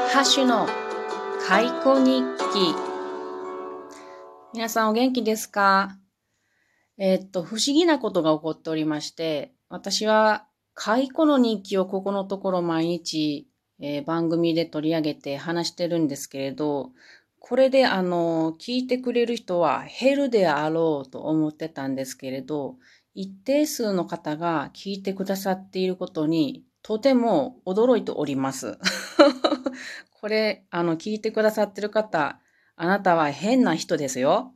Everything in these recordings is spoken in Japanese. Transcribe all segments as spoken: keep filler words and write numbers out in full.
ハッシュの解雇日記。皆さんお元気ですか？えーっと、不思議なことが起こっておりまして、私は解雇の日記をここのところ毎日、えー番組で取り上げて話してるんですけれど、これであの、聞いてくれる人は減るであろうと思ってたんですけれど、一定数の方が聞いてくださっていることにとても驚いております。これ、あの、聞いてくださってる方、あなたは変な人ですよ。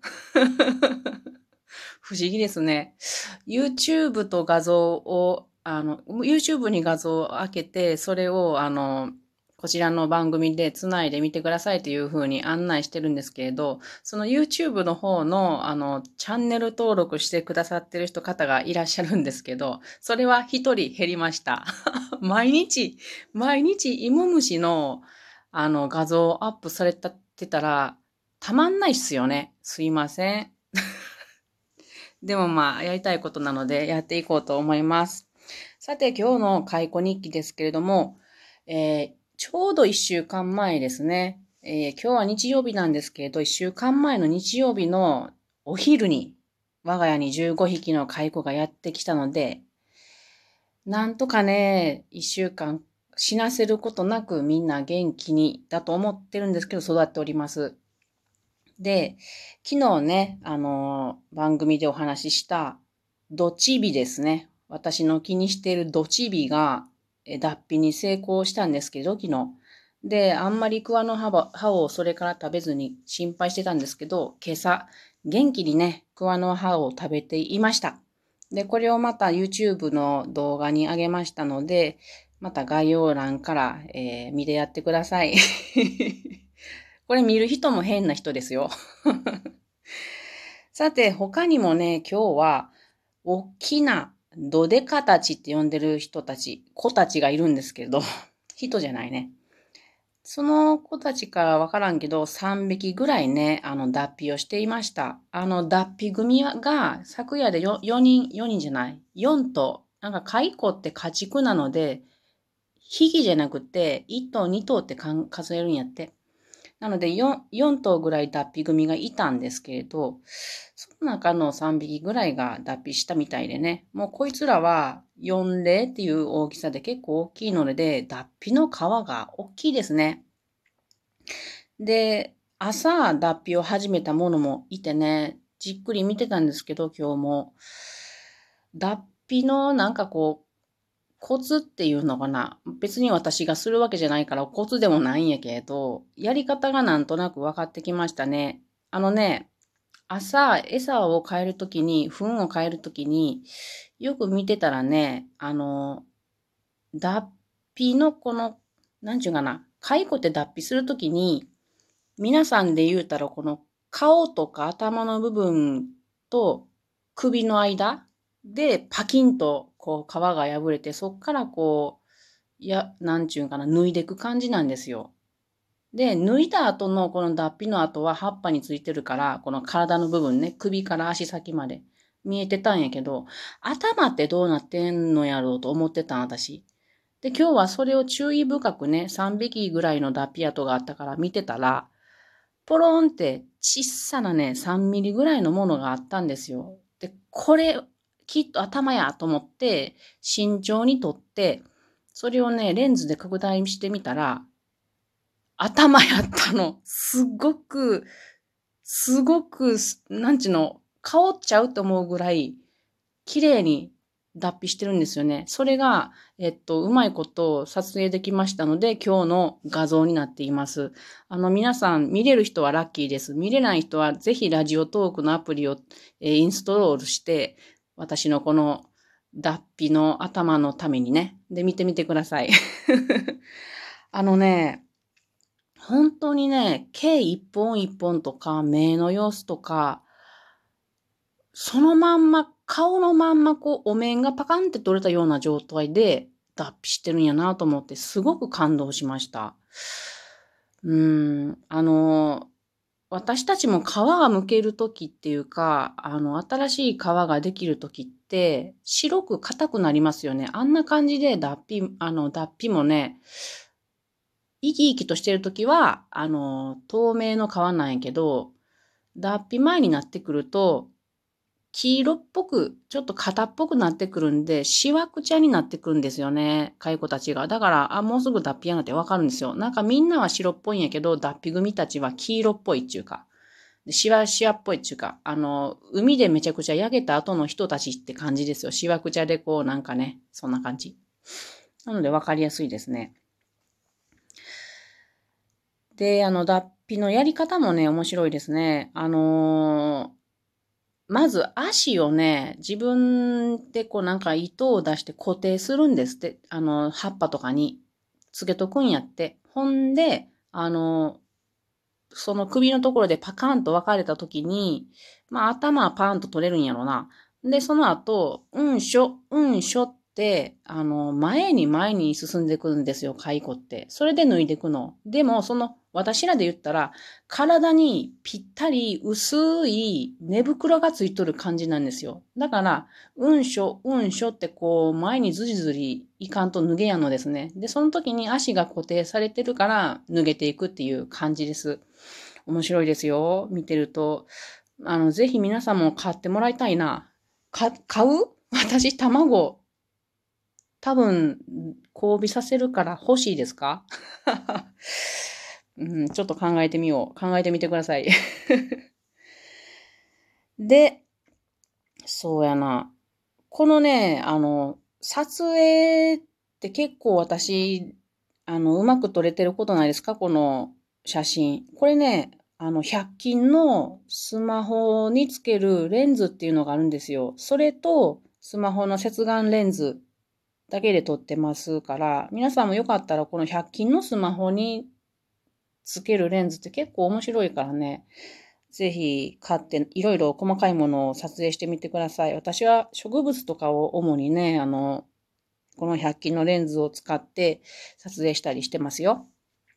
不思議ですね。YouTube と画像を、あの、YouTube に画像を開けて、それを、あの、こちらの番組でつないでみてくださいというふうに案内してるんですけれど、その YouTube の方の、あの、チャンネル登録してくださってる人方がいらっしゃるんですけど、それは一人減りました。毎日、毎日芋虫の、あの、画像をアップされてたら、たまんないっすよね。すいません。でもまあ、やりたいことなのでやっていこうと思います。さて、今日の解雇日記ですけれども、えーちょうどいっしゅうかんまえですね。えー今日は日曜日なんですけれど、いっしゅうかんまえの日曜日のお昼に、我が家にじゅうごひきの蚕がやってきたので、なんとかね、いっしゅうかん死なせることなくみんな元気にだと思ってるんですけど、育っております。で、昨日ね、あのー番組でお話しした、ドチビですね。私の気にしているドチビが、え脱皮に成功したんですけど、昨日。で、あんまり桑の葉ば葉をそれから食べずに心配してたんですけど、今朝、元気にね、桑の葉を食べていました。で、これをまた YouTube の動画に上げましたので、また概要欄から、えー見てやってください。これ見る人も変な人ですよ。さて、他にもね、今日は、大きなどでかたちって呼んでる人たち、子たちがいるんですけど、人じゃないね。その子たちからわからんけど、さんびきぐらいね、あの、脱皮をしていました。あの、脱皮組が、昨夜で よ, よにん、よにんじゃない、よん頭。なんか、蚕って家畜なので、ひきじゃなくて、いっ頭、に頭って数えるんやって。なので4、よん頭ぐらい脱皮組がいたんですけれど、その中のさんびきぐらいが脱皮したみたいでね、もうこいつらはよん例っていう大きさで結構大きいので、脱皮の皮が大きいですね。で、朝脱皮を始めたものもいてね、じっくり見てたんですけど、今日も。脱皮のなんかこう、コツっていうのかな。別に私がするわけじゃないからコツでもないんやけど、やり方がなんとなく分かってきましたね。あのね、朝餌を変えるときに、糞を変えるときに、よく見てたらね、あの、脱皮のこの、なんちゅうかな、蚕って脱皮するときに、皆さんで言うたらこの顔とか頭の部分と首の間でパキンとこう皮が破れて、そっからこう、いや、なんちゅうんかな、脱いでいく感じなんですよ。で、脱いだ後のこの脱皮の後は葉っぱについてるから、この体の部分ね、首から足先まで見えてたんやけど、頭ってどうなってんのやろうと思ってたん、私。で、今日はそれを注意深くね、さんびきぐらいの脱皮跡があったから見てたら、ポロンって小さなね、さんミリぐらいのものがあったんですよ。で、これ、きっと頭やと思って、慎重に撮って、それをね、レンズで拡大してみたら、頭やったの。すっごく、すごく、なんちゅうの、香っちゃうと思うぐらい、綺麗に脱皮してるんですよね。それが、えっと、うまいこと撮影できましたので、今日の画像になっています。あの、皆さん、見れる人はラッキーです。見れない人は、ぜひラジオトークのアプリを、えーインストロールして、私のこの脱皮の頭のためにね、で、見てみてください。あのね、本当にね、毛一本一本とか、目の様子とか、そのまんま、顔のまんまこう、お面がパカンって取れたような状態で脱皮してるんやなと思って、すごく感動しました。うーん、あの、私たちも皮が剥けるときっていうか、あの、新しい皮ができるときって、白く硬くなりますよね。あんな感じで脱皮、あの、脱皮もね、 生き生きとしてるときは、あの、透明の皮なんやけど、脱皮前になってくると、黄色っぽく、ちょっと型っぽくなってくるんで、しわくちゃになってくるんですよね。蚕たちが。だから、あ、もうすぐ脱皮やなってわかるんですよ。なんかみんなは白っぽいんやけど、脱皮組たちは黄色っぽいっていうか、でしわしわっぽいっていうか、あの、海でめちゃくちゃ焼けた後の人たちって感じですよ。しわくちゃでこう、なんかね、そんな感じ。なのでわかりやすいですね。で、あの、脱皮のやり方もね、面白いですね。あのーまず足をね、自分でこうなんか糸を出して固定するんですって。あの、葉っぱとかにつけとくんやって。ほんで、あの、その首のところでパカーンと分かれたときに、まあ頭はパーンと取れるんやろな。で、その後、うんしょ、うんしょって、あの、前に前に進んでくるんですよ、蚕って。それで脱いでいくの。でも、その、私らで言ったら、体にぴったり薄い寝袋がついとる感じなんですよ。だから、うんしょ、うんしょってこう、前にずりずりいかんと脱げやんのですね。で、その時に足が固定されてるから脱げていくっていう感じです。面白いですよ。見てると。あの、ぜひ皆さんも買ってもらいたいな。か、買う私、卵、多分、交尾させるから欲しいですかうん、ちょっと考えてみよう。考えてみてください。で、そうやな。このね、あの、撮影って結構私、あの、うまく撮れてることないですかこの写真。これね、あの、ひゃく均のスマホにつけるレンズっていうのがあるんですよ。それと、スマホの接眼レンズだけで撮ってますから、皆さんもよかったらこのひゃく均のスマホにつけるレンズって結構面白いからね。ぜひ買っていろいろ細かいものを撮影してみてください。私は植物とかを主にね、あの、このひゃく均のレンズを使って撮影したりしてますよ。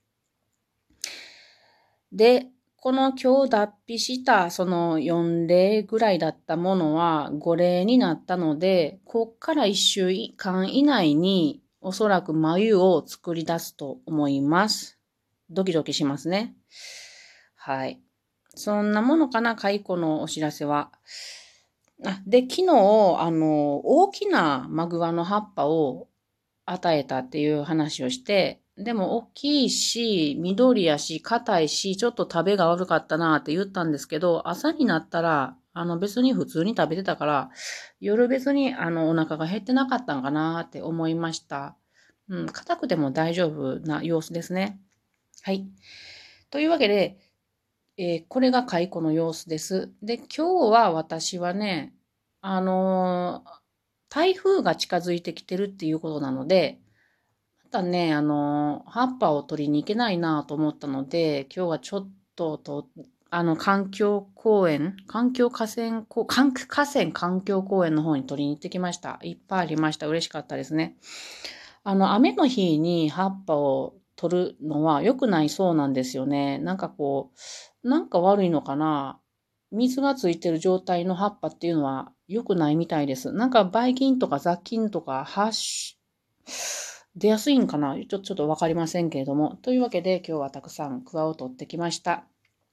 で、この今日脱皮したそのよん例ぐらいだったものはご例になったので、こっからいっしゅうかん以内におそらく眉を作り出すと思います。ドキドキしますね。はい。そんなものかな、蚕のお知らせは。あ、で、昨日、あの、大きなマグワの葉っぱを与えたっていう話をして、でも大きいし、緑やし、硬いし、ちょっと食べが悪かったなって言ったんですけど、朝になったら、あの別に普通に食べてたから、夜別にあのお腹が減ってなかったんかなって思いました。うん、硬くても大丈夫な様子ですね。はい。というわけで、えーこれが蚕の様子です。で、今日は私はね、あのー台風が近づいてきてるっていうことなので、またね、あのー葉っぱを取りに行けないなと思ったので、今日はちょっとと、あの、環境公園、環境河川、こう環河川環境公園の方に取りに行ってきました。いっぱいありました。嬉しかったですね。あの、雨の日に葉っぱを取るのは良くないそうなんですよね。なんかこう、なんか悪いのかな。水がついてる状態の葉っぱっていうのは良くないみたいです。なんかばい菌とか雑菌とか発出やすいんかなちょ、ちょっとわかりませんけれども。というわけで今日はたくさん桑を取ってきました。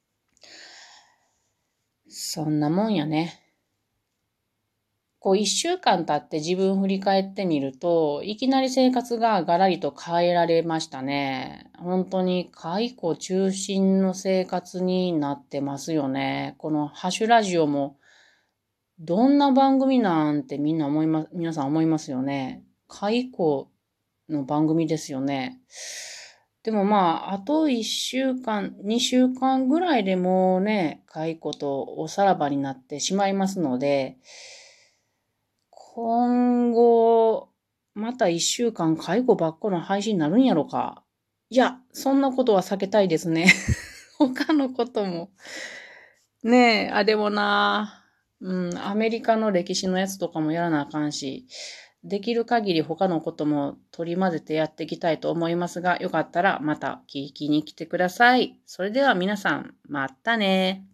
そんなもんやね。こう一週間経って自分振り返ってみると、いきなり生活がガラリと変えられましたね。本当に蚕中心の生活になってますよね。このハッシュラジオもどんな番組なんてみんな思いま、皆さん思いますよね。蚕の番組ですよね。でもまあ、あといっしゅうかん、にしゅうかんぐらいでもうね、蚕とおさらばになってしまいますので、今後、またいっしゅうかん介護ばっかの配信になるんやろか。いや、そんなことは避けたいですね。他のことも。ねえ、あ、でもな、うん、アメリカの歴史のやつとかもやらなあかんし、できる限り他のことも取り混ぜてやっていきたいと思いますが、よかったらまた聞きに来てください。それでは皆さん、またね。